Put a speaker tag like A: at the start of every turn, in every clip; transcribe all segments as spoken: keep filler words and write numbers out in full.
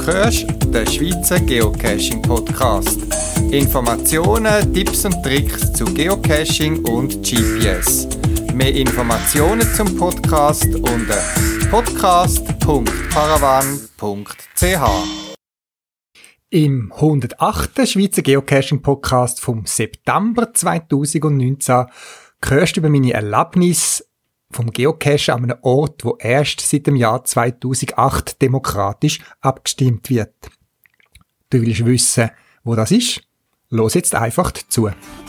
A: hörst den Schweizer Geocaching-Podcast. Informationen, Tipps und Tricks zu Geocaching und G P S. Mehr Informationen zum Podcast unter podcast punkt paravan punkt c h.
B: Im hundertachten Schweizer Geocaching-Podcast vom September zweitausendneunzehn hörst du über meine Erlebnisse vom Geocachen an einem Ort, wo erst seit dem Jahr zweitausendacht demokratisch abgestimmt wird. Du willst wissen, wo das ist? Los jetzt einfach zu.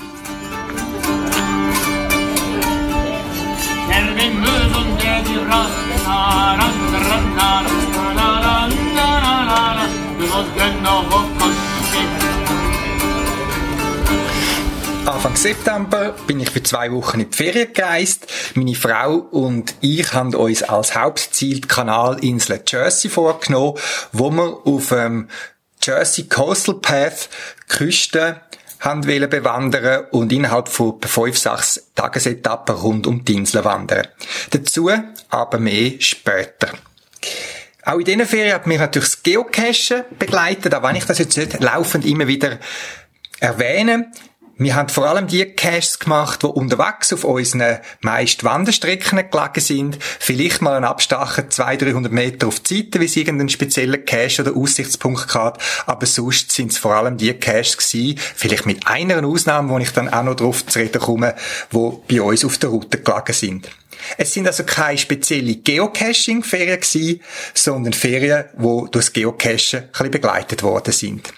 B: Anfang September bin ich für zwei Wochen in die Ferien gereist. Meine Frau und ich haben uns als Hauptziel die Kanalinsel Jersey vorgenommen, wo wir auf dem Jersey Coastal Path die Küste haben wollen bewandern und innerhalb von fünf, sechs Tagesetappen rund um die Insel wandern. Dazu aber mehr später. Auch in diesen Ferien hat mich natürlich das Geocachen begleitet, auch wenn ich das jetzt nicht laufend immer wieder erwähne. Wir haben vor allem die Caches gemacht, die unterwegs auf unseren meisten Wanderstrecken gelegen sind. Vielleicht mal ein Abstachen zweihundert, dreihundert Meter auf die Seite, wie es irgendeinen speziellen Cache oder Aussichtspunkt hat. Aber sonst sind es vor allem die Caches gewesen, vielleicht mit einer Ausnahme, wo ich dann auch noch drauf zu reden komme, die bei uns auf der Route gelegen sind. Es sind also keine spezielle Geocaching-Ferien gewesen, sondern Ferien, die durch das Geocachen ein bisschen begleitet worden sind.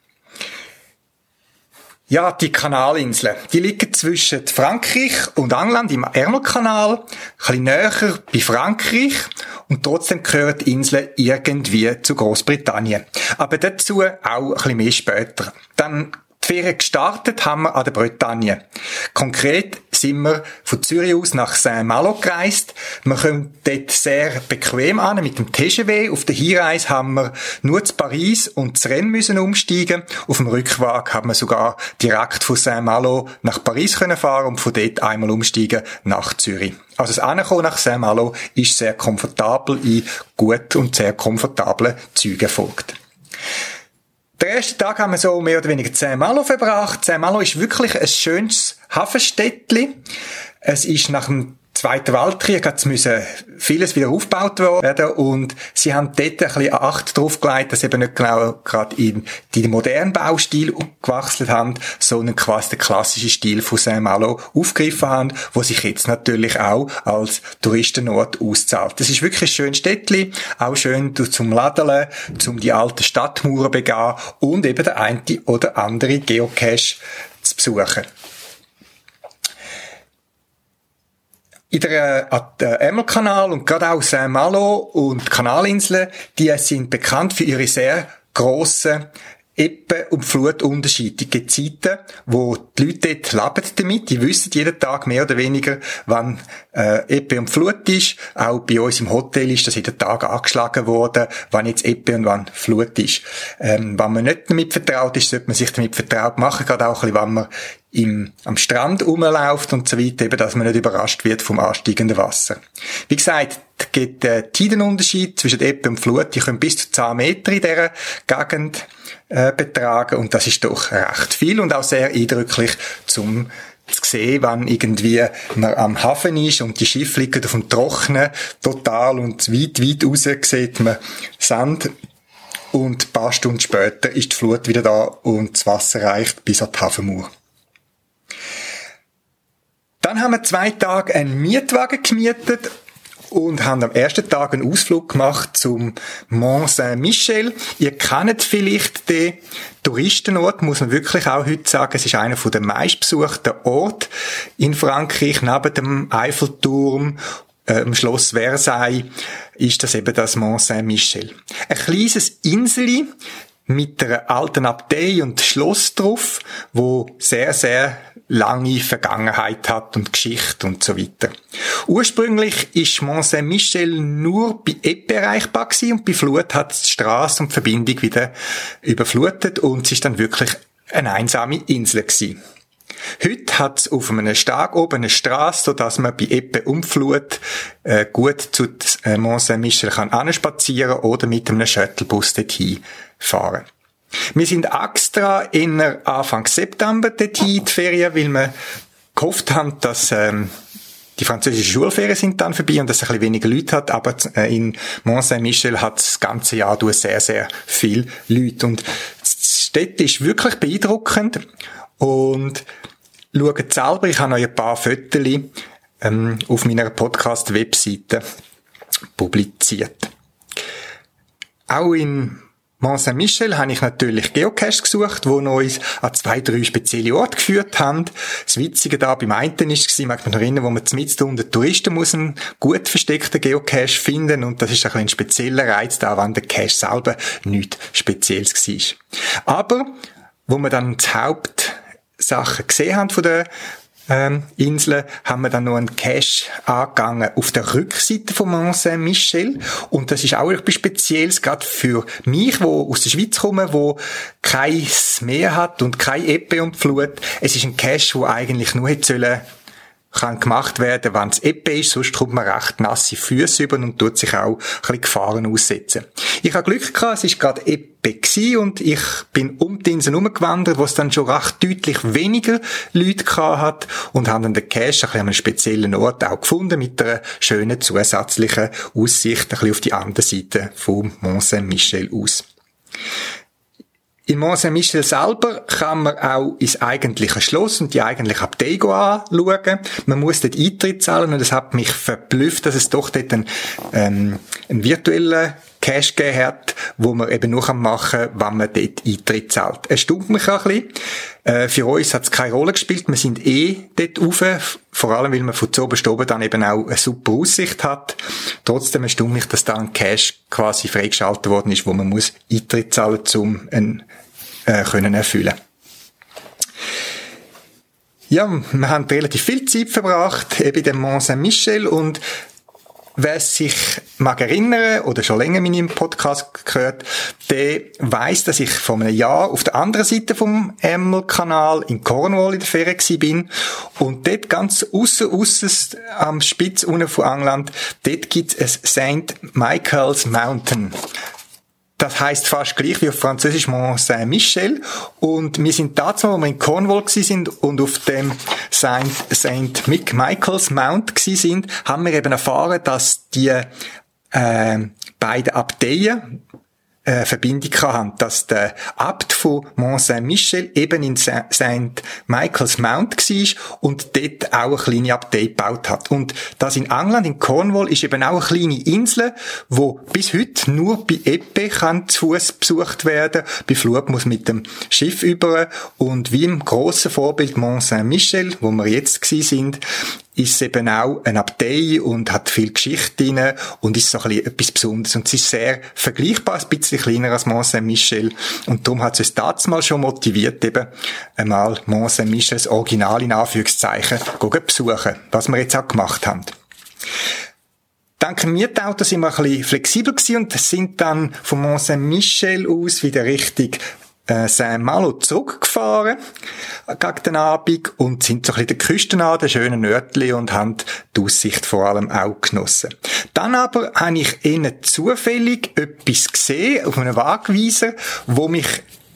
B: Ja, die Kanalinseln, die liegen zwischen Frankreich und England im Ärmelkanal, ein bisschen näher bei Frankreich und trotzdem gehören die Inseln irgendwie zu Großbritannien. Aber dazu auch ein bisschen mehr später. Dann die Ferien gestartet haben wir an der Bretagne. Konkret sind wir von Zürich aus nach Saint-Malo gereist. Wir kommen dort sehr bequem an mit dem T G V. Auf der Hinreise haben wir nur zu Paris und zu Rennes müssen umsteigen. Auf dem Rückweg haben wir sogar direkt von Saint-Malo nach Paris können fahren und von dort einmal umsteigen nach Zürich. Also das Ankommen nach Saint-Malo ist sehr komfortabel in gut und sehr komfortablen Zügen erfolgt. Den ersten Tag haben wir so mehr oder weniger Saint-Malo verbracht. Saint-Malo ist wirklich ein schönes Hafenstädtli. Es ist nach dem Zweiten Weltkrieg hat müssen vieles wieder aufgebaut werden und sie haben dort ein bisschen Acht drauf gelegt, dass sie eben nicht genau gerade in den modernen Baustil gewechselt haben, sondern quasi den klassischen Stil von Saint-Malo aufgegriffen haben, wo sich jetzt natürlich auch als Touristenort auszahlt. Das ist wirklich ein schönes Städtli, auch schön zum Ladeln, zum die alten Stadtmauern begehen und eben der eine oder andere Geocache zu besuchen. In der äh, Ärmelkanal und gerade auch Saint-Malo und die Kanalinseln, die sind bekannt für ihre sehr grossen Ebbe- und Flutunterschiede. Es gibt Zeiten, wo die Leute dort leben damit. Die wissen jeden Tag mehr oder weniger, wann äh, Ebbe und Flut ist. Auch bei uns im Hotel ist das jeden Tag angeschlagen worden, wann jetzt Ebbe und wann Flut ist. Ähm, wenn man nicht damit vertraut ist, sollte man sich damit vertraut machen, gerade auch ein bisschen, wenn man im, am Strand rumläuft und so weiter, eben, dass man nicht überrascht wird vom ansteigenden Wasser. Wie gesagt, es gibt äh, Tidenunterschied zwischen Ebbe und Flut, die können bis zu zehn Meter in dieser Gegend äh, betragen und das ist doch recht viel und auch sehr eindrücklich zum zu sehen, wenn irgendwie man am Hafen ist und die Schiffe liegen auf dem Trockenen total und weit, weit raus sieht man Sand. Und ein paar Stunden später ist die Flut wieder da und das Wasser reicht bis an die Hafenmauer. Dann haben wir zwei Tage einen Mietwagen gemietet und haben am ersten Tag einen Ausflug gemacht zum Mont Saint-Michel. Ihr kennt vielleicht den Touristenort, muss man wirklich auch heute sagen. Es ist einer der meistbesuchten Orte in Frankreich, neben dem Eiffelturm. Äh, im Schloss Versailles ist das eben das Mont Saint-Michel. Ein kleines Inseli mit einer alten Abtei und Schloss drauf, wo sehr, sehr lange Vergangenheit hat und Geschichte und so weiter. Ursprünglich ist Mont Saint-Michel nur bei Ebbe erreichbar gewesen und bei Flut hat die Strasse und die Verbindung wieder überflutet und es ist dann wirklich eine einsame Insel gewesen. Heute hat es auf einem Steg oben eine Strasse, sodass man bei Ebbe und Flut äh, gut zu äh, Mont Saint-Michel kann anspazieren oder mit einem Shuttlebus dorthin fahren. Wir sind extra in Anfang September dorthin in die Ferien, weil wir gehofft haben, dass ähm, die französische Schulferien sind dann vorbei und dass es ein bisschen weniger Leute hat, aber in Mont Saint-Michel hat das ganze Jahr durch sehr, sehr viele Leute. Und die Stadt ist wirklich beeindruckend und schaut selber, ich habe noch ein paar Fotos ähm, auf meiner Podcast-Webseite publiziert. Auch in Mont Saint-Michel habe ich natürlich Geocaches gesucht, die uns an zwei, drei spezielle Orte geführt haben. Das Witzige da beim einen war, ich mag mich noch erinnern, wo man mitten unter Touristen muss einen gut versteckten Geocache finden und das ist ein, ein spezieller Reiz da, wenn der Cache selber nichts Spezielles war. Aber, wo wir dann die Hauptsachen gesehen haben von der Ähm, Inseln, haben wir dann noch einen Cache angegangen auf der Rückseite von Mont Saint-Michel. Und das ist auch etwas Spezielles, gerade für mich, wo aus der Schweiz komme, wo kein Meer hat und keine Ebbe und Flut. Es ist ein Cache, der eigentlich nur hätte sollen, kann gemacht werden, wenn es Ebbe ist, sonst kommt man recht nasse Füße über und tut sich auch ein bisschen Gefahren aussetzen. Ich habe Glück gehabt, es war gerade Ebbe gewesen und ich bin um die Insel herumgewandert, wo es dann schon recht deutlich weniger Leute gehabt hat und haben dann den Cache ein bisschen an einem speziellen Ort auch gefunden mit einer schönen zusätzlichen Aussicht ein bisschen auf die andere Seite vom Mont Saint-Michel aus. In Mont Saint-Michel selber kann man auch ins eigentliche Schloss und die eigentliche Abtei anschauen. Man muss dort Eintritt zahlen und es hat mich verblüfft, dass es doch dort einen, ähm, einen virtuellen Cache gegeben hat, wo man eben nur machen kann, wenn man dort Eintritt zahlt. Es stimmt mich ein bisschen. Äh, für uns hat es keine Rolle gespielt. Wir sind eh dort rauf, vor allem, weil man von oben oben dann eben auch eine super Aussicht hat. Trotzdem erstaunt mich, dass da ein Cache quasi freigeschaltet worden ist, wo man muss Eintritt zahlen, um einen äh, können erfüllen. Ja, wir haben relativ viel Zeit verbracht, eben in dem Mont Saint-Michel und wer sich mag erinnern oder schon länger meinen Podcast gehört, der weiss, dass ich vor einem Jahr auf der anderen Seite vom Ärmelkanal in Cornwall in der Ferien gsi bin und dort ganz ausser, ausser am Spitz unten von England, dort gibt's es Saint Michael's Mountain. Das heisst fast gleich wie auf Französisch Mont Saint-Michel. Und wir sind dazu, wo wir in Cornwall gsi sind und auf dem Saint, Saint Michael's Mount gsi sind, haben wir eben erfahren, dass die äh, beiden Abteien äh, Verbindung haben, dass der Abt von Mont Saint-Michel eben in Saint Michael's Mount war und dort auch eine kleine Abtei gebaut hat. Und das in England, in Cornwall, ist eben auch eine kleine Insel, wo bis heute nur bei Ebbe kann zu Fuss besucht werden. Bei Flut muss mit dem Schiff über. Und wie im grossen Vorbild Mont Saint-Michel, wo wir jetzt gsi sind, ist es eben auch eine Abtei und hat viel Geschichte drin und ist so ein bisschen etwas Besonderes. Und es ist sehr vergleichbar, ein bisschen kleiner als Mont Saint-Michel. Und darum hat es uns damals mal schon motiviert, eben einmal Mont Saint-Michels Original in Anführungszeichen zu besuchen, was wir jetzt auch gemacht haben. Dank dem Mietauto sind wir ein bisschen flexibel gewesen und sind dann von Mont Saint-Michel aus wieder Richtung Äh, Saint-Malo zurückgefahren gegen den Abend und sind so ein bisschen der Küste an, den schönen Örtli und haben die Aussicht vor allem auch genossen. Dann aber habe ich eher zufällig etwas gesehen auf einem Wagweiser, wo mich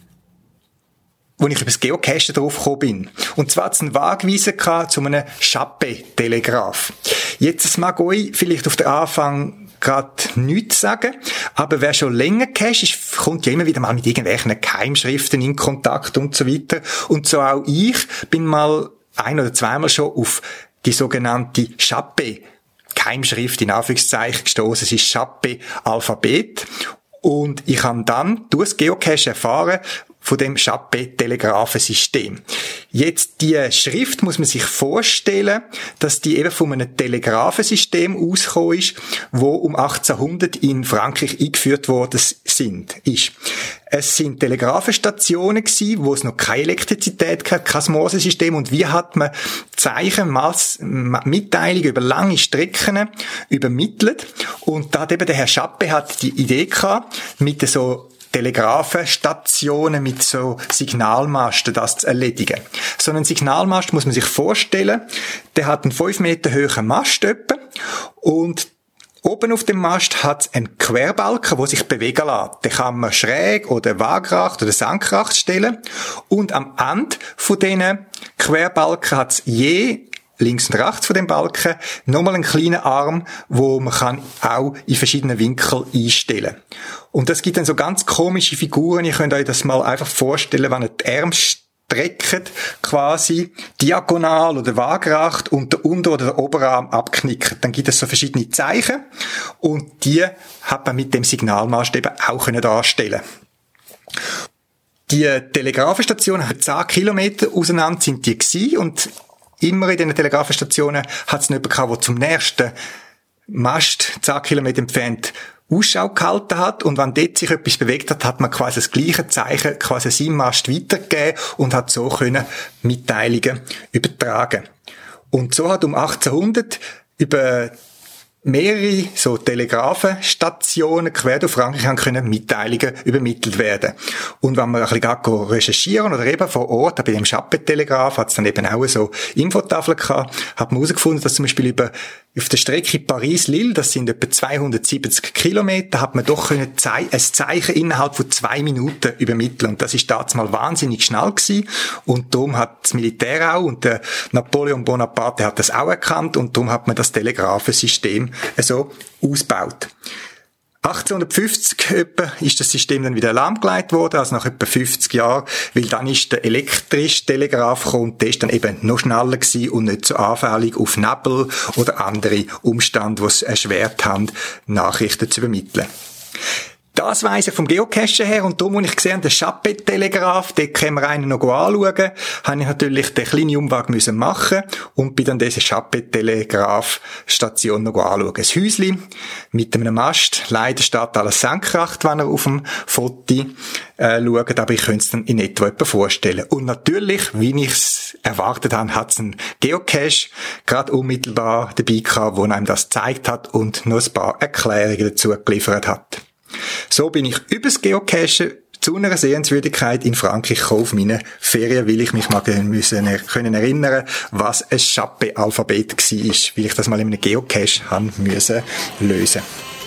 B: wo ich über das Geocachen draufgekommen bin. Und zwar hat es einen Wagweiser zu einem Chappé-Telegraph. Jetzt mag euch vielleicht auf den Anfang gerade nichts sagen, aber wer schon länger cached ist, kommt ja immer wieder mal mit irgendwelchen Geheimschriften in Kontakt und so weiter. Und so auch ich bin mal ein- oder zweimal schon auf die sogenannte Chappé Geheimschrift in Anführungszeichen gestoßen. Es ist Chappé Alphabet. Und ich habe dann durch das Geocache erfahren, von dem Chappé-Telegraphensystem. Jetzt, die Schrift muss man sich vorstellen, dass die eben von einem Telegraphensystem ausgekommen ist, wo um achtzehnhundert in Frankreich eingeführt worden sind, ist. Es sind Telegraphenstationen gewesen, wo es noch keine Elektrizität gab, kein Morsesystem, und wie hat man Zeichen, Mitteilungen über lange Strecken übermittelt, und da hat eben der Herr Chappé hat die Idee gehabt, mit so Telegrafenstationen mit so Signalmasten das zu erledigen. So einen Signalmast muss man sich vorstellen, der hat einen fünf Meter hohen Mast etwa und oben auf dem Mast hat es einen Querbalken, der sich bewegen lässt. Den kann man schräg oder waagerecht oder senkrecht stellen. Und am Ende von diesen Querbalken hat es je links und rechts von dem Balken nochmal einen kleinen Arm, wo man kann auch in verschiedenen Winkeln einstellen. Und das gibt dann so ganz komische Figuren. Ihr könnt euch das mal einfach vorstellen, wenn ihr die Arme streckt, quasi diagonal oder waagerecht und der Unter- oder der Oberarm abknickt. Dann gibt es so verschiedene Zeichen und die hat man mit dem Signalmast eben auch darstellen. Die Telegrafenstationen haben zehn Kilometer auseinander sind die gewesen und immer in diesen Telegrafenstationen hat es jemanden gehabt, der zum nächsten Mast zehn Kilometer entfernt Ausschau gehalten hat und wenn dort sich etwas bewegt hat, hat man quasi das gleiche Zeichen quasi seinem Mast weitergegeben und hat so können Mitteilungen übertragen. Und so hat um achtzehnhundert über mehrere so Telegrafenstationen quer durch Frankreich haben können Mitteilungen übermittelt werden. Und wenn man ein bisschen recherchieren oder eben vor Ort, bei dem Chappet-Telegraph hat es dann eben auch so Infotafeln gehabt, hat man herausgefunden, dass zum Beispiel über auf der Strecke Paris-Lille, das sind etwa zweihundertsiebzig Kilometer, hat man doch können ein Zeichen innerhalb von zwei Minuten übermitteln. Und das ist damals mal wahnsinnig schnell gewesen. Und darum hat das Militär auch und der Napoleon Bonaparte hat das auch erkannt und darum hat man das Telegrafensystem so ausgebaut. achtzehnhundertfünfzig etwa ist das System dann wieder lahmgelegt worden, also nach etwa fünfzig Jahren, weil dann ist der elektrische Telegraph gekommen und der ist dann eben noch schneller gewesen und nicht so anfällig auf Nebel oder andere Umstände, die es erschwert haben, Nachrichten zu übermitteln. Das weiss ich vom Geocachen her und darum, als ich gesehen habe, den Chappet-Telegraph, den können wir einen noch anschauen, habe ich natürlich den kleinen Umweg müssen machen und bin dann diese Chappet-Telegraph-Station noch anschauen. Ein Häuschen mit einem Mast, leider steht alles senkrecht, wenn ihr auf dem Foto äh, schaut, aber ich könnte es dann in etwa etwa vorstellen. Und natürlich, wie ich es erwartet habe, hat es einen Geocache gerade unmittelbar dabei gehabt, wo einem das gezeigt hat und noch ein paar Erklärungen dazu geliefert hat. So bin ich übers Geocachen zu einer Sehenswürdigkeit in Frankreich gekommen auf meine Ferien, weil ich mich mal müssen er- können erinnern, was ein Chappet-Alphabet war, weil ich das mal in einem Geocache haben müssen lösen.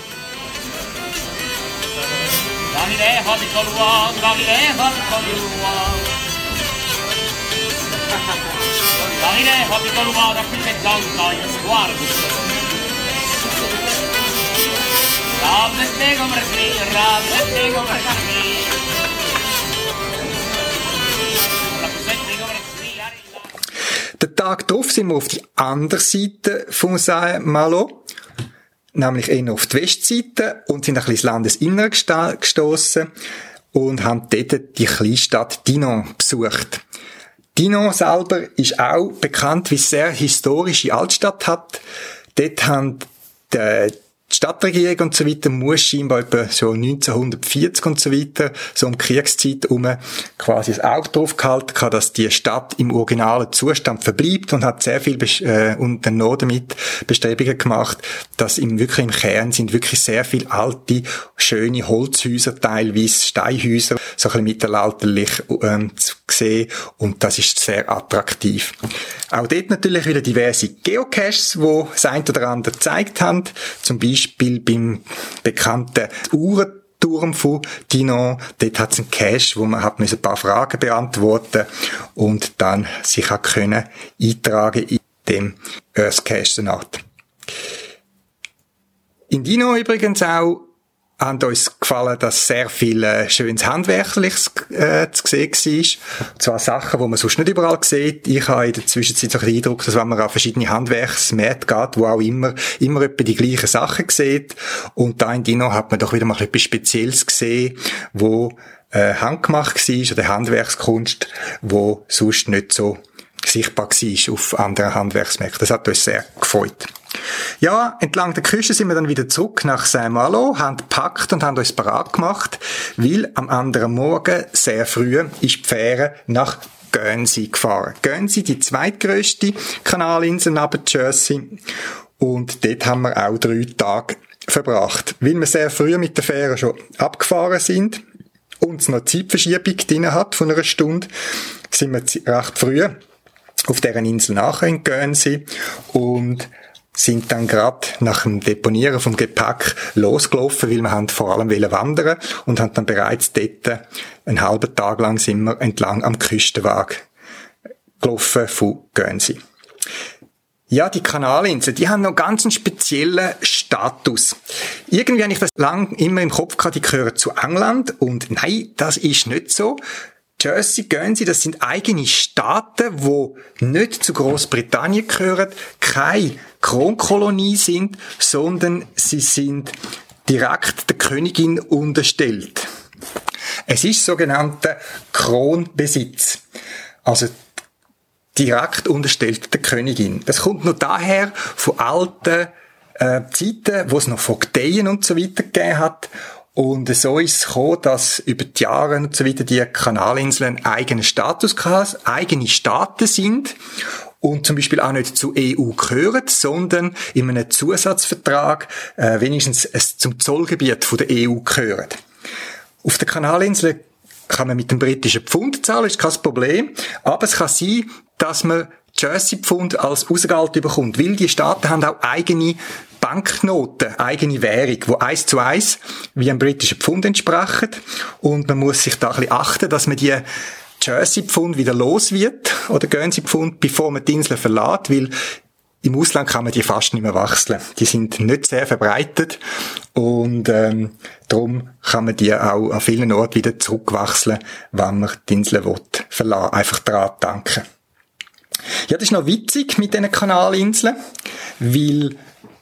B: Den Tag darauf sind wir auf die andere Seite von Saint-Malo, nämlich eher auf die Westseite und sind ein bisschen ins Landesinnere gesta- gestossen und haben dort die Kleinstadt Dinant besucht. Dinant selber ist auch bekannt, wie es sehr historische Altstadt hat. Dort haben die Die Stadtregierung und so weiter muss scheinbar etwa so neunzehnhundertvierzig und so weiter, so um die Kriegszeit herum, quasi ein Auge drauf gehalten, dass die Stadt im originalen Zustand verbleibt und hat sehr viel äh, unternommen damit Bestrebungen gemacht, dass im, wirklich im Kern sind wirklich sehr viele alte, schöne Holzhäuser, teilweise Steinhäuser, so ein bisschen mittelalterlich ähm, zu sehen und das ist sehr attraktiv. Auch dort natürlich wieder diverse Geocaches, die das eine oder andere gezeigt haben, zum Beispiel beim bekannten Uhrenturm von Dinant. Dort hat es einen Cache, wo man hat ein paar Fragen beantworten und dann sich auch können eintragen in dem Earth Cache Senat. In Dinant übrigens auch haben uns gefallen, dass sehr viel äh, schönes Handwerkliches äh, zu sehen war. Und zwar Sachen, die man sonst nicht überall sieht. Ich habe in der Zwischenzeit so den Eindruck, dass wenn man an verschiedene Handwerksmärkte geht, wo auch immer, immer etwa die gleichen Sachen sieht. Und da in Dinant hat man doch wieder mal etwas Spezielles gesehen, wo äh, handgemacht war, oder Handwerkskunst, wo sonst nicht so sichtbar war auf anderen Handwerksmärkten. Das hat uns sehr gefreut. Ja, entlang der Küste sind wir dann wieder zurück nach Saint-Malo, haben gepackt und haben uns bereit gemacht, weil am anderen Morgen, sehr früh, ist die Fähre nach Guernsey gefahren. Guernsey, die zweitgrösste Kanalinsel neben Jersey. Und dort haben wir auch drei Tage verbracht. Weil wir sehr früh mit der Fähre schon abgefahren sind, und es noch Zeitverschiebung drin hat von einer Stunde, sind wir recht früh auf dieser Insel nachher in Guernsey und sind dann gerade nach dem Deponieren vom Gepäck losgelaufen, weil wir haben vor allem wandern und haben dann bereits dort einen halben Tag lang sind wir entlang am Küstenweg gelaufen von Guernsey. Ja, die Kanalinseln, die haben noch ganz einen speziellen Status. Irgendwie habe ich das lang immer im Kopf gehabt, die gehören zu England und nein, das ist nicht so. Jersey, Guernsey, das sind eigene Staaten, die nicht zu Großbritannien gehören, keine Kronkolonie sind, sondern sie sind direkt der Königin unterstellt. Es ist sogenannter Kronbesitz, also direkt unterstellt der Königin. Das kommt noch daher von alten äh, Zeiten, wo es noch Vogteien und so weiter gegeben hat. Und so ist es gekommen, dass über die Jahre und so weiter die Kanalinseln einen eigenen Status hatten, eigene Staaten sind und zum Beispiel auch nicht zur E U gehören, sondern in einem Zusatzvertrag äh, wenigstens zum Zollgebiet von der E U gehören. Auf der Kanalinseln kann man mit dem britischen Pfund zahlen, ist kein Problem, aber es kann sein, dass man Jersey-Pfund als Ausgehalt bekommt, weil die Staaten haben auch eigene Banknoten, eigene Währung, die eins zu eins wie einem britischen Pfund entsprechen. Und man muss sich da ein bisschen achten, dass man die Jersey-Pfund wieder los wird, oder Guernsey-Pfund, bevor man die Insel verlässt, weil im Ausland kann man die fast nicht mehr wechseln. Die sind nicht sehr verbreitet und ähm, darum kann man die auch an vielen Orten wieder zurückwechseln, wenn man die Insel will, verlassen. Einfach daran danken. Ja, das ist noch witzig mit diesen Kanalinseln, weil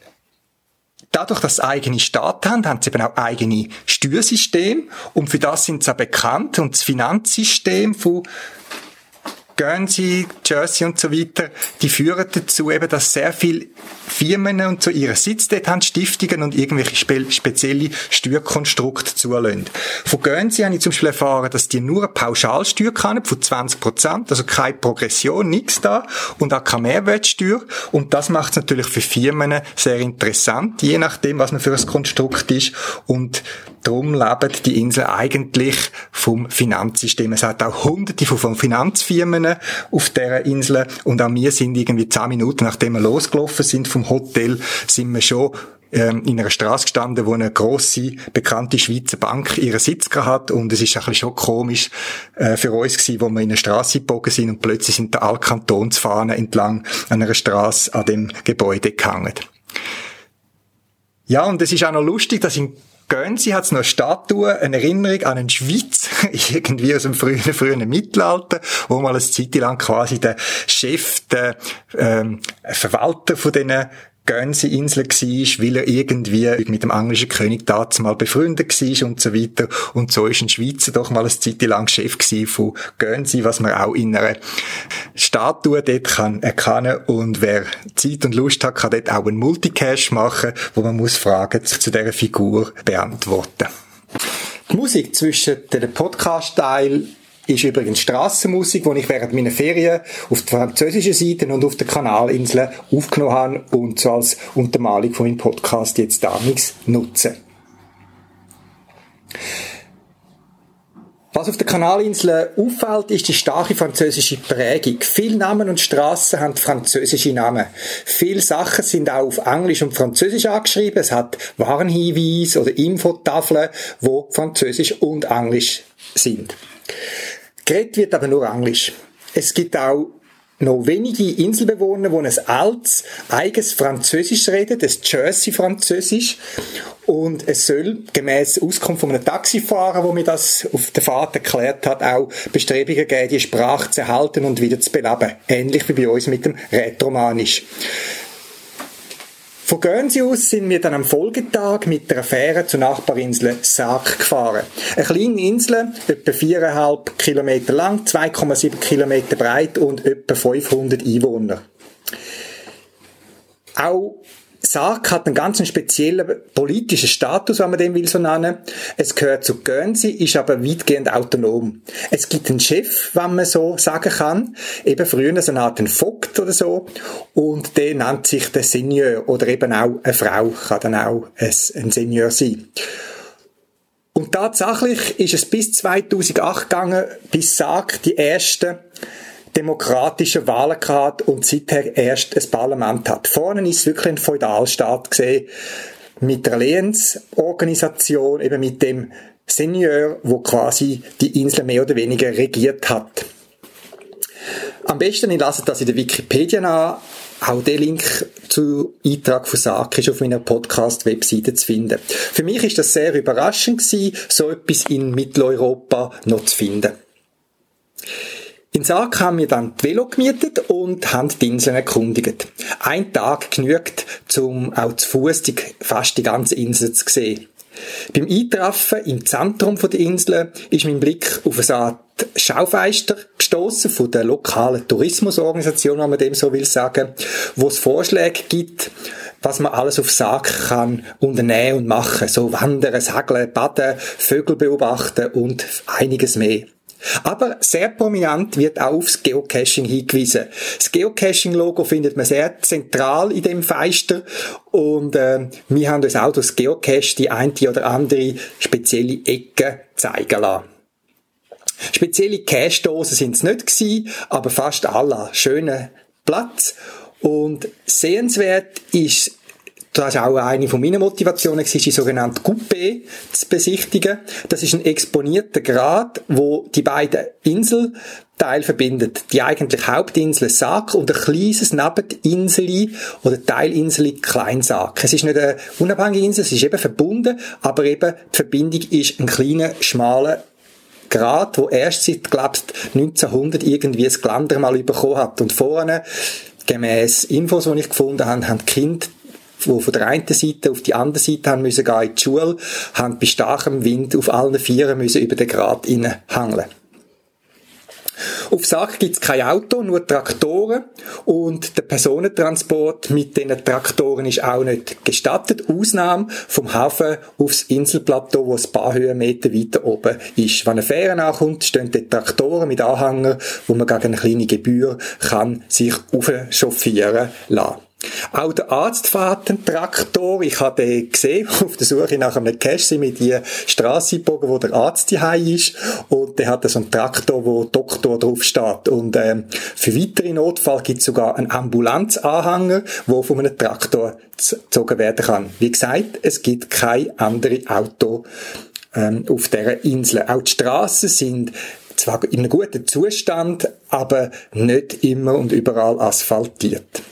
B: dadurch, dass sie eigene Staaten haben, haben sie eben auch eigene Steuersysteme und für das sind sie auch bekannt und das Finanzsystem von Guernsey, Jersey und so weiter, die führen dazu eben, dass sehr viele Firmen und so ihren Sitz dort haben, Stiftungen und irgendwelche spe- spezielle Steuerkonstrukte zulassen. Von Guernsey habe ich zum Beispiel erfahren, dass die nur eine Pauschalsteuer haben von zwanzig Prozent, also keine Progression, nichts da und auch keine Mehrwertsteuer und das macht es natürlich für Firmen sehr interessant, je nachdem, was man für ein Konstrukt ist und darum leben die Inseln eigentlich vom Finanzsystem. Es hat auch hunderte von Finanzfirmen auf dieser Insel und auch wir sind irgendwie zehn Minuten, nachdem wir losgelaufen sind vom Hotel, sind wir schon ähm, in einer Straße gestanden, wo eine grosse, bekannte Schweizer Bank ihren Sitz hat und es ist ein bisschen schon komisch äh, für uns gewesen, wo wir in eine Straße gebogen sind und plötzlich sind da alle Kantonsfahnen entlang an einer Straße an dem Gebäude gehangen. Ja, und es ist auch noch lustig, dass in Guernsey hat es noch eine Statue, eine Erinnerung an einen Schweiz, irgendwie aus dem frühen, frühen Mittelalter, wo mal eine Zeit lang quasi der Chef, der ähm, Verwalter von diesen Guernsey-Inseln war, weil er irgendwie mit dem englischen König damals mal befreundet war und so weiter. Und so ist ein Schweizer doch mal eine Zeit lang Chef von Guernsey, was man auch in einer Statue dort kann erkennen. Und wer Zeit und Lust hat, kann dort auch einen Multicache machen, wo man muss Fragen zu dieser Figur beantworten. Die Musik zwischen dem Podcast-Teil ist übrigens Strassenmusik, die ich während meiner Ferien auf der französischen Seite und auf der Kanalinseln aufgenommen habe und so als Untermalung von meinem Podcast jetzt damals nutze. Was auf der Kanalinsel auffällt, ist die starke französische Prägung. Viele Namen und Strassen haben französische Namen. Viele Sachen sind auch auf Englisch und Französisch angeschrieben. Es hat Warnhinweise oder Infotafeln, die Französisch und Englisch sind. Geredet wird aber nur Englisch. Es gibt auch noch wenige Inselbewohner, die ein altes, eigenes Französisch reden, das Jersey-Französisch. Und es soll, gemäss Auskunft von einem Taxifahrer, der mir das auf der Fahrt erklärt hat, auch Bestrebungen geben, die Sprache zu erhalten und wieder zu beleben. Ähnlich wie bei uns mit dem Rätoromanisch. Von Guernsey aus sind wir dann am Folgetag mit der Fähre zur Nachbarinsel Sark gefahren. Eine kleine Insel, etwa viereinhalb Kilometer lang, zwei Komma sieben Kilometer breit und etwa fünfhundert Einwohner. Auch Sark hat einen ganz speziellen politischen Status, wenn man den will so nennen. Es gehört zu Guernsey, ist aber weitgehend autonom. Es gibt einen Chef, wenn man so sagen kann, eben früher so eine Art Vogt oder so, und der nennt sich der Seigneur oder eben auch eine Frau, kann dann auch ein Seigneur sein. Und tatsächlich ist es bis zweitausendacht gegangen, bis S A A K die ersten demokratischen Wahlen gehabt und seither erst ein Parlament hat. Vorne ist es wirklich ein Feudalstaat gesehen, mit der Lehens-Organisation, eben mit dem Seigneur, wo quasi die Insel mehr oder weniger regiert hat. Am besten, ich lasse das in der Wikipedia an. Auch der Link zu Eintrag von S A A K ist auf meiner Podcast-Webseite zu finden. Für mich ist das sehr überraschend gewesen, so etwas in Mitteleuropa noch zu finden. In S A A K haben wir dann die Velo gemietet und haben die Inseln erkundigt. Ein Tag genügt, um auch zu Fuss die, fast die ganze Insel zu sehen. Beim Eintreffen im Zentrum der Insel ist mein Blick auf eine Art Schaufenster gestossen von der lokalen Tourismusorganisation, wenn man dem so will sagen, wo es Vorschläge gibt, was man alles auf S A A K kann unternehmen und machen. So wandern, segeln, baden, Vögel beobachten und einiges mehr. Aber sehr prominent wird auch aufs Geocaching hingewiesen. Das Geocaching-Logo findet man sehr zentral in dem Feister und äh, wir haben uns auch durch Geocache die eine oder andere spezielle Ecke zeigen lassen. Spezielle Cache-Dosen sind es nicht gewesen, aber fast alle schönen Platz. Und sehenswert ist, das war auch eine von meinen Motivationen, die sogenannte Coupé zu besichtigen. Das ist ein exponierter Grat, wo die beiden Inselteile verbindet. Die eigentlich Hauptinsel S A A K und ein kleines Nebeninseli oder Teilinseli Kleinsack. Es ist nicht eine unabhängige Insel, es ist eben verbunden, aber eben die Verbindung ist ein kleiner, schmaler Grat, wo erst seit, glaubst, neunzehnhundert irgendwie das Geländer mal bekommen hat. Und vorne, gemäss Infos, die ich gefunden habe, haben die Kinder, die von der einen Seite auf die andere Seite haben müssen gehen in die Schule, haben bei starkem Wind auf allen Vieren müssen über den Grat hineinhangeln. Auf S A A K gibt es kein Auto, nur Traktoren und der Personentransport mit diesen Traktoren ist auch nicht gestattet. Ausnahme vom Hafen aufs Inselplateau, wo ein paar Höhenmeter weiter oben ist. Wenn eine Fähre nachkommt, stehen die Traktoren mit Anhänger, wo man gegen eine kleine Gebühr kann sich aufchauffieren lassen. Auch der Arzt fährt einen Traktor. Ich habe den gesehen, auf der Suche nach einem Cache mit die Strasse gebogen, wo der Arzt daheim ist. Und der hat so einen Traktor, wo Doktor drauf steht. Und ähm, für weitere Notfall gibt es sogar einen Ambulanzanhänger, der von einem Traktor gezogen werden kann. Wie gesagt, es gibt kein anderes Auto ähm, auf dieser Insel. Auch die Strassen sind zwar in einem guten Zustand, aber nicht immer und überall asphaltiert.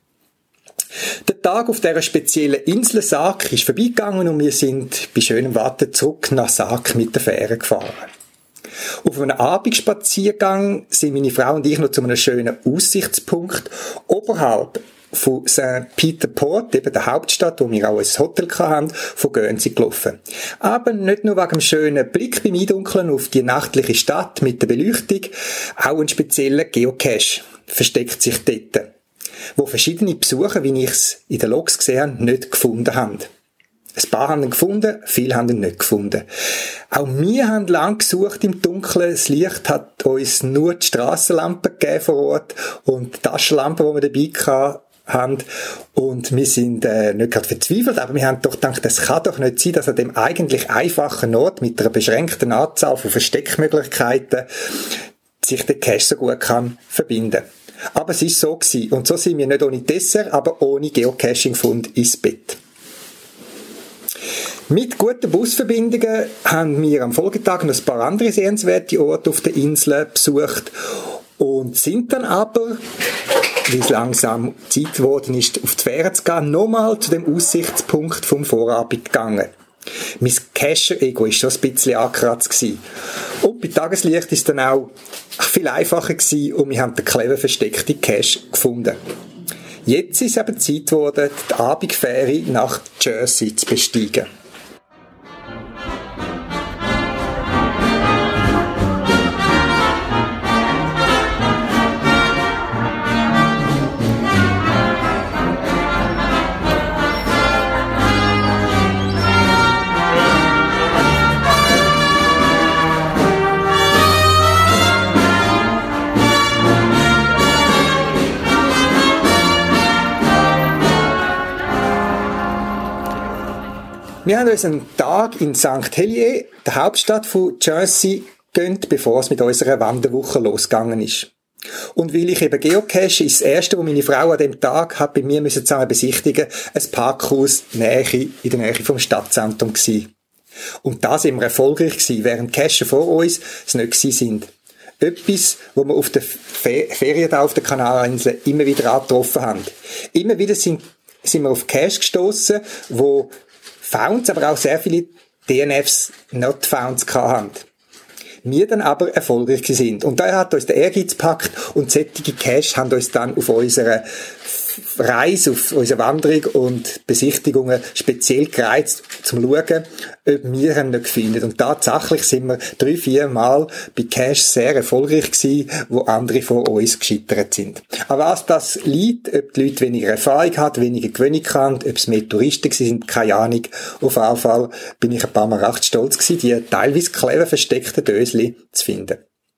B: Der Tag auf dieser speziellen Insel S A A K ist vorbeigegangen und wir sind bei schönem Wetter zurück nach S A A K mit der Fähre gefahren. Auf einem Abendspaziergang sind meine Frau und ich noch zu einem schönen Aussichtspunkt oberhalb von Sankt Peter Port, eben der Hauptstadt, wo wir auch ein Hotel hatten, von Guernsey gelaufen. Aber nicht nur wegen dem schönen Blick beim Eindunkeln auf die nächtliche Stadt mit der Beleuchtung, auch ein spezieller Geocache versteckt sich dort, wo verschiedene Besucher, wie ich es in den Logs gesehen habe, nicht gefunden haben. Ein paar haben ihn gefunden, viele haben ihn nicht gefunden. Auch wir haben lang gesucht im Dunkeln. Das Licht hat uns nur die Strassenlampe gegeben vor Ort und die Taschenlampe, die wir dabei haben. Und wir sind äh, nicht gerade verzweifelt, aber wir haben doch gedacht, es kann doch nicht sein, dass an dem eigentlich einfachen Ort mit einer beschränkten Anzahl von Versteckmöglichkeiten sich der Cache so gut kann verbinden. Aber es ist so gewesen. Und so sind wir nicht ohne Dessert, aber ohne Geocaching-Fund ins Bett. Mit guten Busverbindungen haben wir am Folgetag noch ein paar andere sehenswerte Orte auf der Insel besucht und sind dann aber, wie es langsam Zeit geworden ist, auf die Fähre zu gehen, nochmal zu dem Aussichtspunkt vom Vorabend gegangen. Mein Cacher-Ego war schon ein bisschen angekratzt gewesen. Und bei Tageslicht ist es dann auch viel einfacher gewesen und wir haben den clever versteckten Cache gefunden. Jetzt ist es aber Zeit geworden, die Abendfähre nach Jersey zu besteigen. Wir haben uns einen Tag in Sankt Helier, der Hauptstadt von Jersey, gegönnt, bevor es mit unserer Wanderwoche losgegangen ist. Und weil ich eben geocache, ist das Erste, was meine Frau an dem Tag hat bei mir müssen zusammen besichtigen, ein Parkhaus Nähe, in der Nähe vom Stadtzentrum gewesen. Und da sind wir erfolgreich gewesen, während Cacher vor uns es nicht gewesen sind. Etwas, wo wir auf den Fe- Ferien da auf der Kanalinsel immer wieder angetroffen haben. Immer wieder sind, sind wir auf Cache gestossen, wo Founds, aber auch sehr viele D N Fs Not Founds hatten. Wir dann aber erfolgreich sind. Und da hat uns der Ehrgeiz gepackt und solche Cache haben uns dann auf unserer Reise, auf unsere Wanderung und Besichtigungen speziell gereizt, zum schauen, ob wir ihn nicht finden. Und tatsächlich sind wir drei, vier Mal bei Caches sehr erfolgreich gewesen, wo andere vor uns gescheitert sind. Aber was das liegt, ob die Leute weniger Erfahrung haben, weniger Gewöhnung haben, ob es mehr Touristen sind, keine Ahnung. Auf jeden Fall bin ich ein paar Mal recht stolz gewesen, die teilweise clever versteckten Dösli zu finden.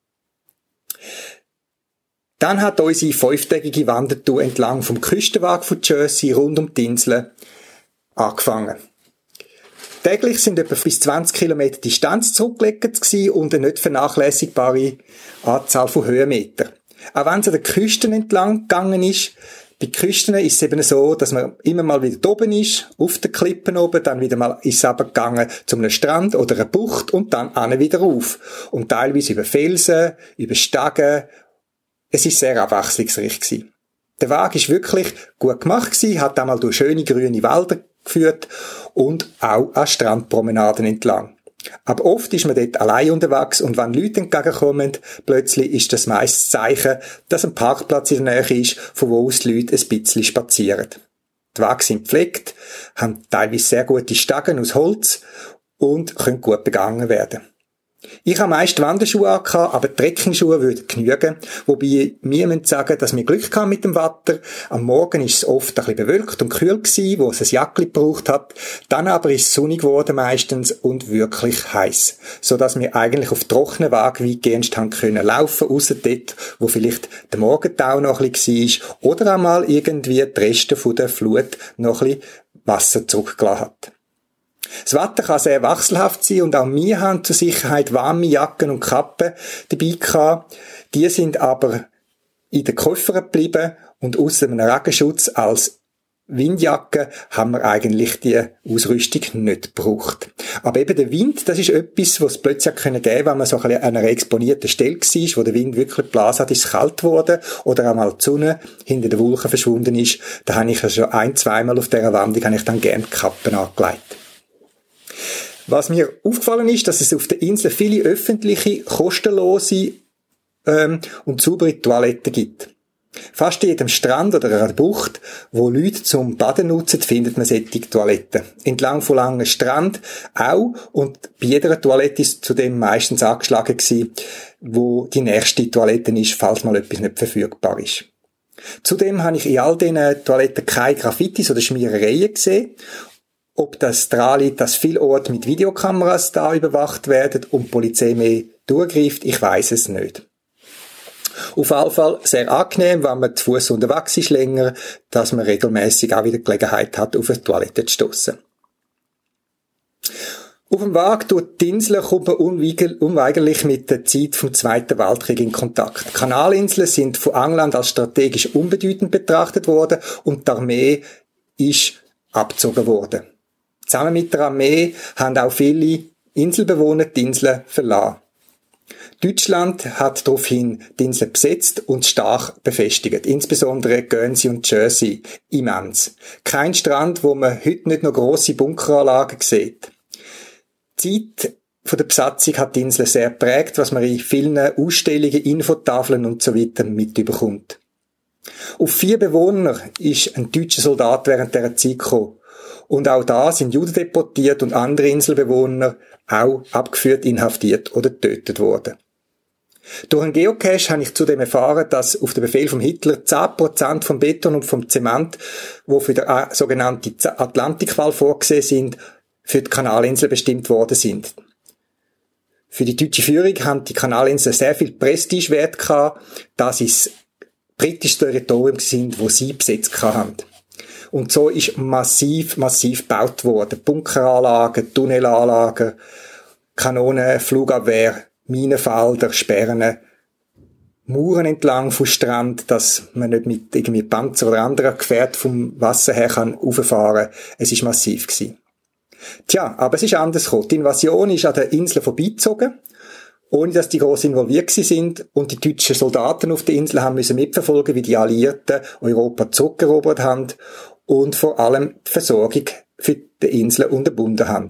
B: Dann hat unsere fünftägige Wandertour entlang vom Küstenweg von Jersey rund um die Insel angefangen. Täglich sind etwa bis zwanzig Kilometer Distanz zurückgelegt und eine nicht vernachlässigbare Anzahl von Höhenmetern. Auch wenn es an den Küsten entlang gegangen ist, bei Küsten ist es eben so, dass man immer mal wieder oben ist, auf den Klippen oben, dann wieder mal ist es runtergegangen zu einem Strand oder einer Bucht und dann an wieder auf. Und teilweise über Felsen, über Stegen. Es ist sehr abwechslungsreich gewesen. Der Weg ist wirklich gut gemacht gewesen, hat einmal durch schöne grüne Wälder geführt und auch an Strandpromenaden entlang. Aber oft ist man dort allein unterwegs und wenn Leute entgegenkommen, plötzlich ist das meiste Zeichen, dass ein Parkplatz in der Nähe ist, von wo aus die Leute ein bisschen spazieren. Die Wege sind gepflegt, haben teilweise sehr gute Stegen aus Holz und können gut begangen werden. Ich habe meist Wanderschuhe angehabt, aber Trekkingschuhe würden genügen. Wobei wir müssen sagen, dass wir Glück hatten mit dem Wetter. Am Morgen ist es oft ein bisschen bewölkt und kühl gewesen, wo es ein Jackli gebraucht hat. Dann aber ist es sonnig geworden meistens und wirklich heiß, so dass wir eigentlich auf trockenen Wegen weitgehend haben können laufen, ausser dort, wo vielleicht der Morgentau noch ein bisschen war oder einmal irgendwie die Reste von der Flut noch ein bisschen Wasser zurückgelassen hat. Das Wetter kann sehr wechselhaft sein und auch wir haben zur Sicherheit warme Jacken und Kappen dabei gehabt. Die sind aber in den Koffern geblieben und ausser einem Regenschutz als Windjacke haben wir eigentlich die Ausrüstung nicht gebraucht. Aber eben der Wind, das ist etwas, was es plötzlich geben konnte, wenn man so ein bisschen an einer exponierten Stelle war, wo der Wind wirklich geblasen hat, ist es kalt geworden oder einmal die Sonne hinter den Wolken verschwunden ist. Da habe ich ja schon ein-, zweimal auf dieser Wanderung habe ich dann gerne die Kappen angelegt. Was mir aufgefallen ist, dass es auf der Insel viele öffentliche, kostenlose ähm, und saubere Toiletten gibt. Fast in jedem Strand oder einer Bucht, wo Leute zum Baden nutzen, findet man solche Toiletten. Entlang von langen Strand auch und bei jeder Toilette ist zudem meistens angeschlagen gewesen, wo die nächste Toilette ist, falls mal etwas nicht verfügbar ist. Zudem habe ich in all diesen Toiletten keine Graffitis oder Schmierereien gesehen. Ob das daran liegt, dass viele Orte mit Videokameras da überwacht werden und die Polizei mehr durchgreift, ich weiss es nicht. Auf jeden Fall sehr angenehm, wenn man zu Fuss unterwegs ist länger, dass man regelmäßig auch wieder Gelegenheit hat, auf eine Toilette zu stossen. Auf dem Weg durch die Insel kommt man unweigerlich mit der Zeit vom Zweiten Weltkrieg in Kontakt. Die Kanalinseln sind von England als strategisch unbedeutend betrachtet worden und die Armee ist abgezogen worden. Zusammen mit der Armee haben auch viele Inselbewohner die Insel verlassen. Deutschland hat daraufhin die Insel besetzt und stark befestigt, insbesondere Guernsey und Jersey immens. Kein Strand, wo man heute nicht noch grosse Bunkeranlagen sieht. Die Zeit von der Besatzung hat die Insel sehr geprägt, was man in vielen Ausstellungen, Infotafeln und so weiter mitbekommt. Auf vier Bewohner ist ein deutscher Soldat während dieser Zeit gekommen. Und auch da sind Juden deportiert und andere Inselbewohner auch abgeführt, inhaftiert oder getötet worden. Durch einen Geocache habe ich zudem erfahren, dass auf den Befehl von Hitler zehn Prozent vom Beton und vom Zement, wo für die sogenannte Atlantikwall vorgesehen sind, für die Kanalinsel bestimmt worden sind. Für die deutsche Führung haben die Kanalinseln sehr viel Prestigewert gehabt, da sie das britische Territorium sind, wo sie besetzt haben. Und so ist massiv, massiv gebaut worden. Bunkeranlagen, Tunnelanlagen, Kanonen, Flugabwehr, Minenfelder, Sperren, Mauern entlang vom Strand, dass man nicht mit irgendwie Panzer oder anderen Gefährten vom Wasser her kann rauffahren. Es ist massiv gewesen. Tja, aber es ist anders gekommen. Die Invasion ist an den Inseln vorbeigezogen, ohne dass die gross involviert sind, und die deutschen Soldaten auf der Insel haben müssen mitverfolgen, wie die Alliierten Europa zurückerobert haben und vor allem die Versorgung für die Inseln unterbunden haben.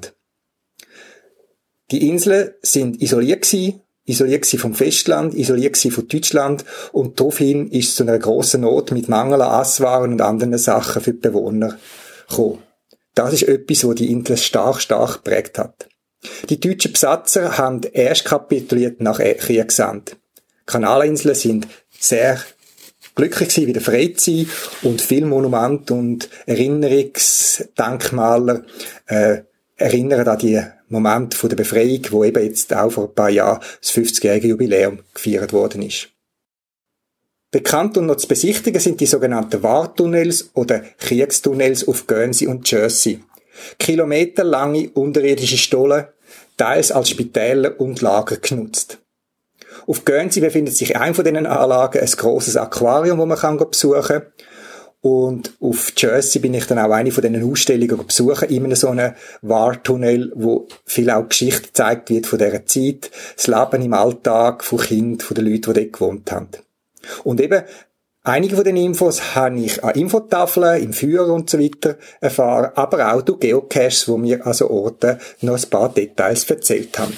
B: Die Inseln sind isoliert gewesen, isoliert gewesen vom Festland, isoliert gewesen von Deutschland, und daraufhin ist es zu einer grossen Not mit Mangel an Esswaren und anderen Sachen für die Bewohner gekommen. Das ist etwas, was die Insel stark, stark geprägt hat. Die deutschen Besatzer haben erst kapituliert nach Kriegsende. Die Kanalinseln sind sehr glücklich gewesen, wieder frei zu sein, und viele Monumente und Erinnerungsdenkmäler äh, erinnern an die Momente von der Befreiung, wo eben jetzt auch vor ein paar Jahren das fünfzigjährige Jubiläum gefeiert worden ist. Bekannt und noch zu besichtigen sind die sogenannten Wartunnels oder Kriegstunnels auf Guernsey und Jersey. Kilometerlange unterirdische Stollen, teils als Spitäler und Lager genutzt. Auf Guernsey befindet sich ein von diesen Anlagen ein grosses Aquarium, das man kann besuchen kann. Und auf Jersey bin ich dann auch eine von diesen Ausstellungen besuchen, in einem so einem Wartunnel, wo viel auch Geschichte gezeigt wird von dieser Zeit, das Leben im Alltag von Kindern, von den Leuten, die dort gewohnt haben. Und eben, einige von den Infos habe ich an Infotafeln, im Führer und so weiter erfahren, aber auch durch Geocaches, wo mir also Orte noch ein paar Details erzählt haben.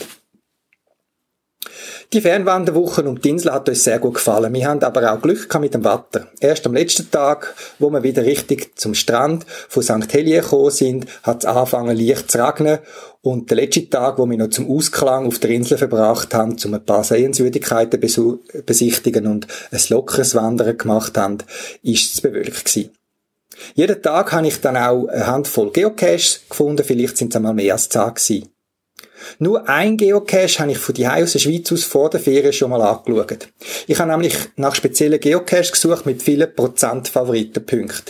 B: Die Fernwanderwochen um die Insel hat uns sehr gut gefallen. Wir haben aber auch Glück gehabt mit dem Wetter. Erst am letzten Tag, wo wir wieder richtig zum Strand von Sankt Helier gekommen sind, hat es angefangen leicht zu regnen. Und der letzte Tag, wo wir noch zum Ausklang auf der Insel verbracht haben, um ein paar Sehenswürdigkeiten besu- besichtigen und ein lockeres Wandern gemacht haben, ist es bewölkt gewesen. Jeden Tag habe ich dann auch eine Handvoll Geocaches gefunden, vielleicht sind es einmal mehr als zehn gewesen. Nur ein Geocache habe ich von die aus der Schweiz aus vor der Ferien schon mal angeschaut. Ich habe nämlich nach speziellen Geocaches gesucht mit vielen Prozent Favoritenpunkten.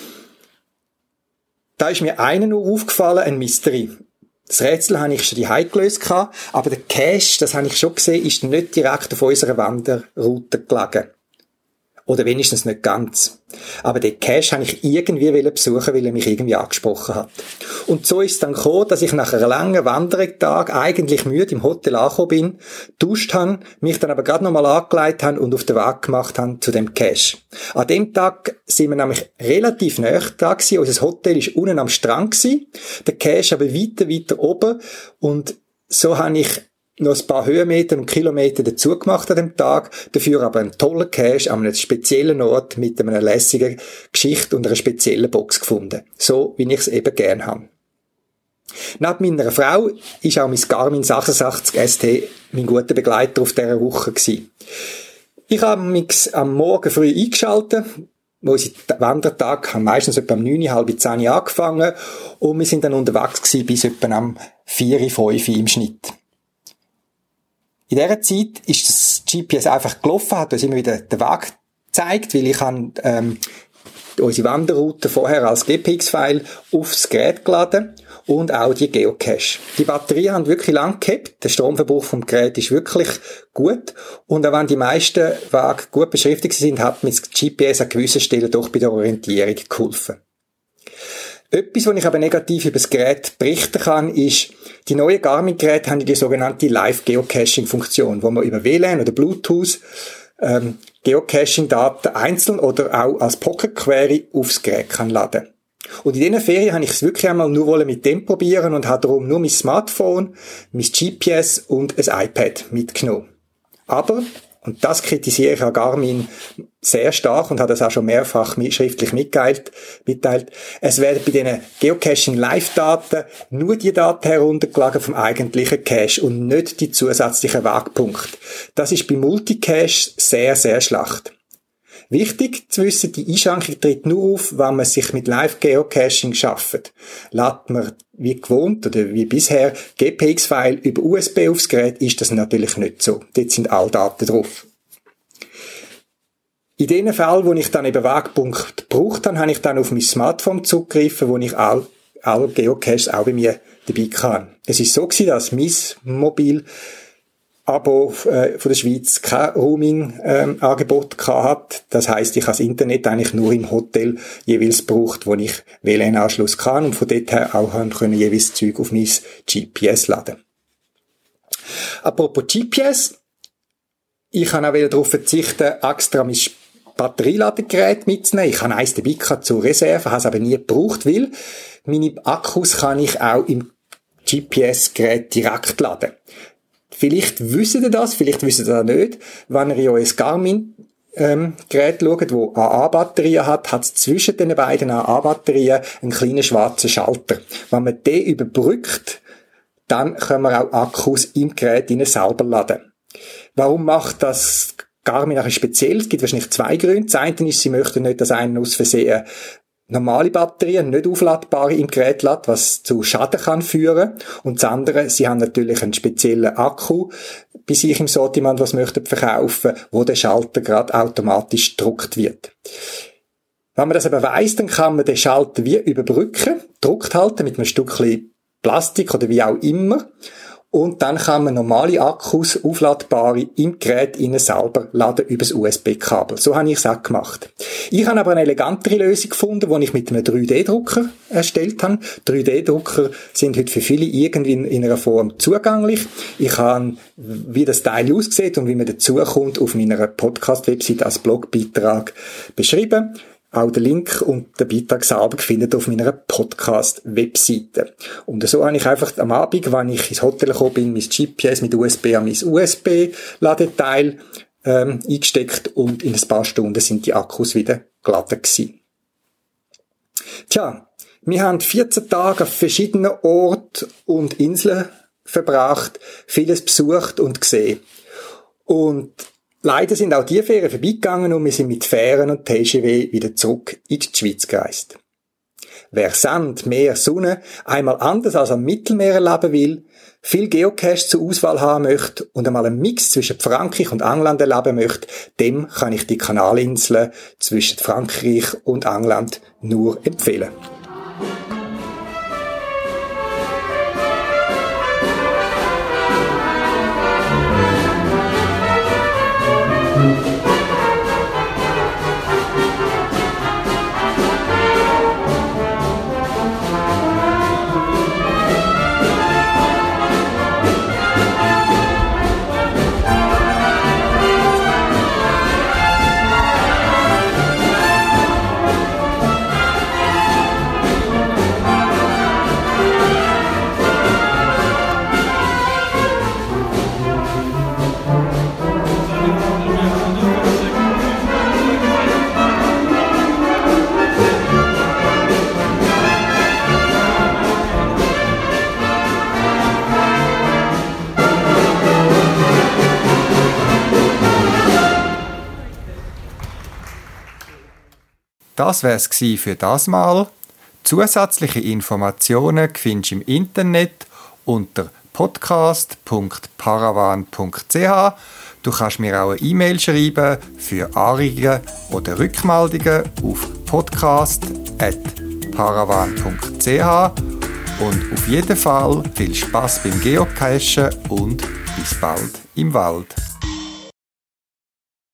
B: Da ist mir einer nur aufgefallen, ein Mystery. Das Rätsel habe ich schon die Hause gelöst, aber der Cache, das habe ich schon gesehen, ist nicht direkt auf unserer Wanderroute gelegen. Oder wenigstens nicht ganz. Aber den Cache habe ich irgendwie besuchen, weil er mich irgendwie angesprochen hat. Und so ist es dann gekommen, dass ich nach einem langen Wandertag eigentlich müde im Hotel angekommen bin, duscht habe, mich dann aber gerade nochmal angelegt habe und auf den Weg gemacht habe zu dem Cache. An dem Tag sind wir nämlich relativ nahe da gewesen. Unser Hotel war unten am Strand gewesen, der Cache aber weiter, weiter oben, und so habe ich noch ein paar Höhenmeter und Kilometer dazu gemacht an dem Tag, dafür aber einen tollen Cache an einem speziellen Ort mit einer lässigen Geschichte und einer speziellen Box gefunden. So, wie ich es eben gern habe. Neben meiner Frau ist auch mein Garmin sechsundachtzig S T mein guter Begleiter auf dieser Woche gewesen. Ich habe mich am Morgen früh eingeschaltet. Unsere Wandertage haben meistens etwa um neun, halb zehn angefangen, und wir sind dann unterwegs gewesen bis etwa am vier, fünf im Schnitt. In dieser Zeit ist das G P S einfach gelaufen, hat uns immer wieder den Weg gezeigt, weil ich habe ähm, unsere Wanderroute vorher als G P X-File aufs Gerät geladen und auch die Geocache. Die Batterien haben wirklich lang gehabt, der Stromverbrauch vom Gerät ist wirklich gut, und auch wenn die meisten Wege gut beschriftet sind, hat mir das G P S an gewissen Stellen doch bei der Orientierung geholfen. Etwas, was ich aber negativ über das Gerät berichten kann, ist, die neuen Garmin-Geräte haben die sogenannte Live-Geocaching-Funktion, wo man über W L A N oder Bluetooth ähm, Geocaching-Daten einzeln oder auch als Pocket-Query aufs Gerät kann laden. Und in diesen Ferien habe ich es wirklich einmal nur mit dem probieren und habe darum nur mein Smartphone, mein G P S und ein iPad mitgenommen. Aber, und das kritisiere ich an Garmin sehr stark und habe das auch schon mehrfach schriftlich mitgeteilt, mitteilt, es werden bei diesen Geocaching-Live-Daten nur die Daten heruntergeladen vom eigentlichen Cache und nicht die zusätzlichen Wegpunkte. Das ist bei Multicache sehr, sehr schlecht. Wichtig zu wissen, die Einschränkung tritt nur auf, wenn man sich mit Live-Geocaching schafft. Lädt man wie gewohnt oder wie bisher G P X-File über U S B aufs Gerät, ist das natürlich nicht so. Dort sind alle Daten drauf. In den Fällen, wo ich dann eben Wegpunkt gebraucht habe, habe ich dann auf mein Smartphone zugegriffen, wo ich all, alle Geocaches auch bei mir dabei hatte. Es ist so gewesen, dass mein Mobil-Abo äh, von der Schweiz kein Roaming-Angebot ähm, hatte. Das heisst, ich habe das Internet eigentlich nur im Hotel jeweils gebraucht, wo ich W L A N-Anschluss kann und von dort her auch können jeweils Zeug auf mein G P S laden. Apropos G P S, ich kann auch wieder darauf verzichten, extra mein Batterieladegerät mitzunehmen. Ich habe eins dabei gehabt zur Reserve, habe es aber nie gebraucht, weil meine Akkus kann ich auch im G P S-Gerät direkt laden. Vielleicht wisst ihr das, vielleicht wisst ihr das nicht. Wenn ihr in euer Garmin-Gerät schaut, das A A-Batterien hat, hat es zwischen den beiden A A-Batterien einen kleinen schwarzen Schalter. Wenn man den überbrückt, dann können wir auch Akkus im Gerät selber laden. Warum macht das Garmin ein speziell? Es gibt wahrscheinlich zwei Gründe. Das eine ist, sie möchten nicht, dass einer aus Versehen normale Batterien, nicht aufladbare im Gerät lädt, was zu Schaden kann führen. Und das andere, sie haben natürlich einen speziellen Akku bei sich im Sortiment, was möchten verkaufen, wo der Schalter gerade automatisch gedruckt wird. Wenn man das aber weiss, dann kann man den Schalter wie überbrücken, gedruckt halten mit einem Stückchen Plastik oder wie auch immer. Und dann kann man normale Akkus, aufladbare, im Gerät innen selber laden über das U S B-Kabel. So habe ich es auch gemacht. Ich habe aber eine elegantere Lösung gefunden, die ich mit einem drei D Drucker erstellt habe. drei D Drucker sind heute für viele irgendwie in einer Form zugänglich. Ich habe, wie das Teil aussieht und wie man dazukommt, auf meiner Podcast-Website als Blogbeitrag beschrieben. Auch den Link und den Beitrag selber findet ihr auf meiner Podcast-Webseite. Und so habe ich einfach am Abend, wenn ich ins Hotel gekommen bin, mein G P S mit U S B an mein U S B-Ladeteil ähm, eingesteckt und in ein paar Stunden sind die Akkus wieder geladen gewesen. Tja, wir haben vierzehn Tage auf verschiedenen Orten und Inseln verbracht, vieles besucht und gesehen. Und leider sind auch die Ferien vorbeigegangen und wir sind mit Fähren und T G V wieder zurück in die Schweiz gereist. Wer Sand, Meer, Sonne einmal anders als am Mittelmeer erleben will, viel Geocache zur Auswahl haben möchte und einmal einen Mix zwischen Frankreich und England erleben möchte, dem kann ich die Kanalinseln zwischen Frankreich und England nur empfehlen.
A: Das wär's gsi für das Mal. Zusätzliche Informationen findest du im Internet unter podcast punkt paravan punkt c h. Du kannst mir auch eine E-Mail schreiben für Anregungen oder Rückmeldungen auf podcast at paravan punkt c h. Und auf jeden Fall viel Spaß beim Geocachen und bis bald im Wald.